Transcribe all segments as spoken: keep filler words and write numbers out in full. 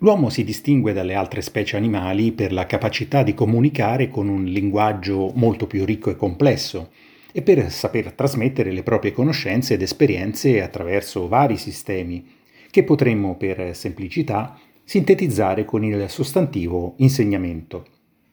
L'uomo si distingue dalle altre specie animali per la capacità di comunicare con un linguaggio molto più ricco e complesso e per saper trasmettere le proprie conoscenze ed esperienze attraverso vari sistemi, che potremmo per semplicità sintetizzare con il sostantivo insegnamento.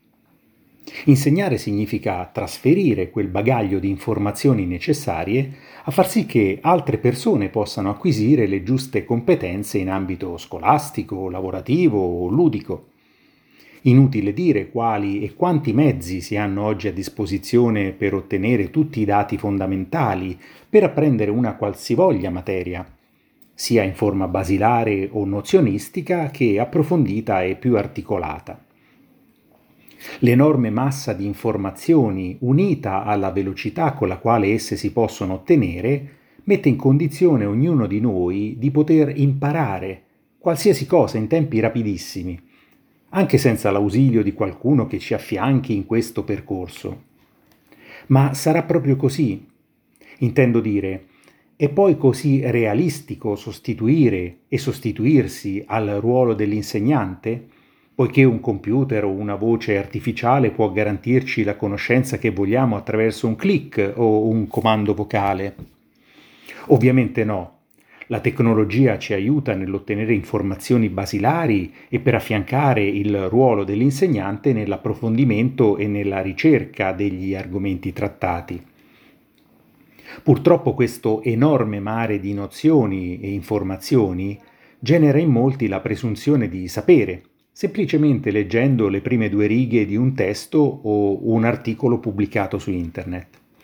Insegnare significa trasferire quel bagaglio di informazioni necessarie a far sì che altre persone possano acquisire le giuste competenze in ambito scolastico, lavorativo o ludico. Inutile dire quali e quanti mezzi si hanno oggi a disposizione per ottenere tutti i dati fondamentali per apprendere una qualsivoglia materia, sia in forma basilare o nozionistica che approfondita e più articolata. L'enorme massa di informazioni, unita alla velocità con la quale esse si possono ottenere, mette in condizione ognuno di noi di poter imparare qualsiasi cosa in tempi rapidissimi, anche senza l'ausilio di qualcuno che ci affianchi in questo percorso. Ma sarà proprio così? Intendo dire, è poi così realistico sostituire e sostituirsi al ruolo dell'insegnante? Poiché un computer o una voce artificiale può garantirci la conoscenza che vogliamo attraverso un click o un comando vocale? Ovviamente no. La tecnologia ci aiuta nell'ottenere informazioni basilari e per affiancare il ruolo dell'insegnante nell'approfondimento e nella ricerca degli argomenti trattati. Purtroppo questo enorme mare di nozioni e informazioni genera in molti la presunzione di sapere, semplicemente leggendo le prime due righe di un testo o un articolo pubblicato su internet.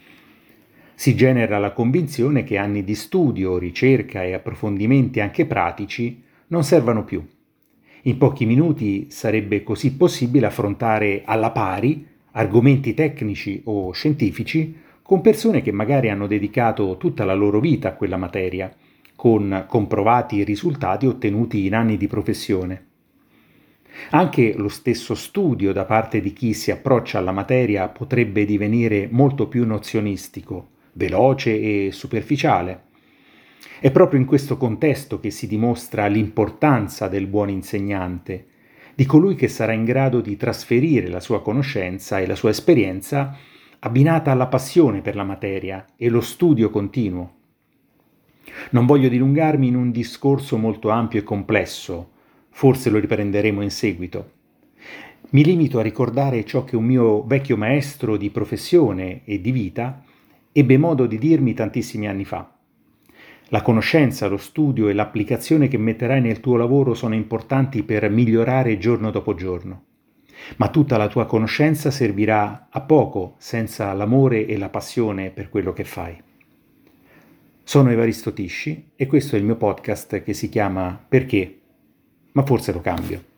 Si genera la convinzione che anni di studio, ricerca e approfondimenti anche pratici non servano più. In pochi minuti sarebbe così possibile affrontare alla pari argomenti tecnici o scientifici con persone che magari hanno dedicato tutta la loro vita a quella materia, con comprovati risultati ottenuti in anni di professione. Anche lo stesso studio da parte di chi si approccia alla materia potrebbe divenire molto più nozionistico, veloce e superficiale. È proprio in questo contesto che si dimostra l'importanza del buon insegnante, di colui che sarà in grado di trasferire la sua conoscenza e la sua esperienza abbinata alla passione per la materia e lo studio continuo. Non voglio dilungarmi in un discorso molto ampio e complesso, forse lo riprenderemo in seguito. Mi limito a ricordare ciò che un mio vecchio maestro di professione e di vita ebbe modo di dirmi tantissimi anni fa. La conoscenza, lo studio e l'applicazione che metterai nel tuo lavoro sono importanti per migliorare giorno dopo giorno, ma tutta la tua conoscenza servirà a poco senza l'amore e la passione per quello che fai. Sono Evaristo Tisci e questo è il mio podcast che si chiama Perché? Ma forse lo cambio.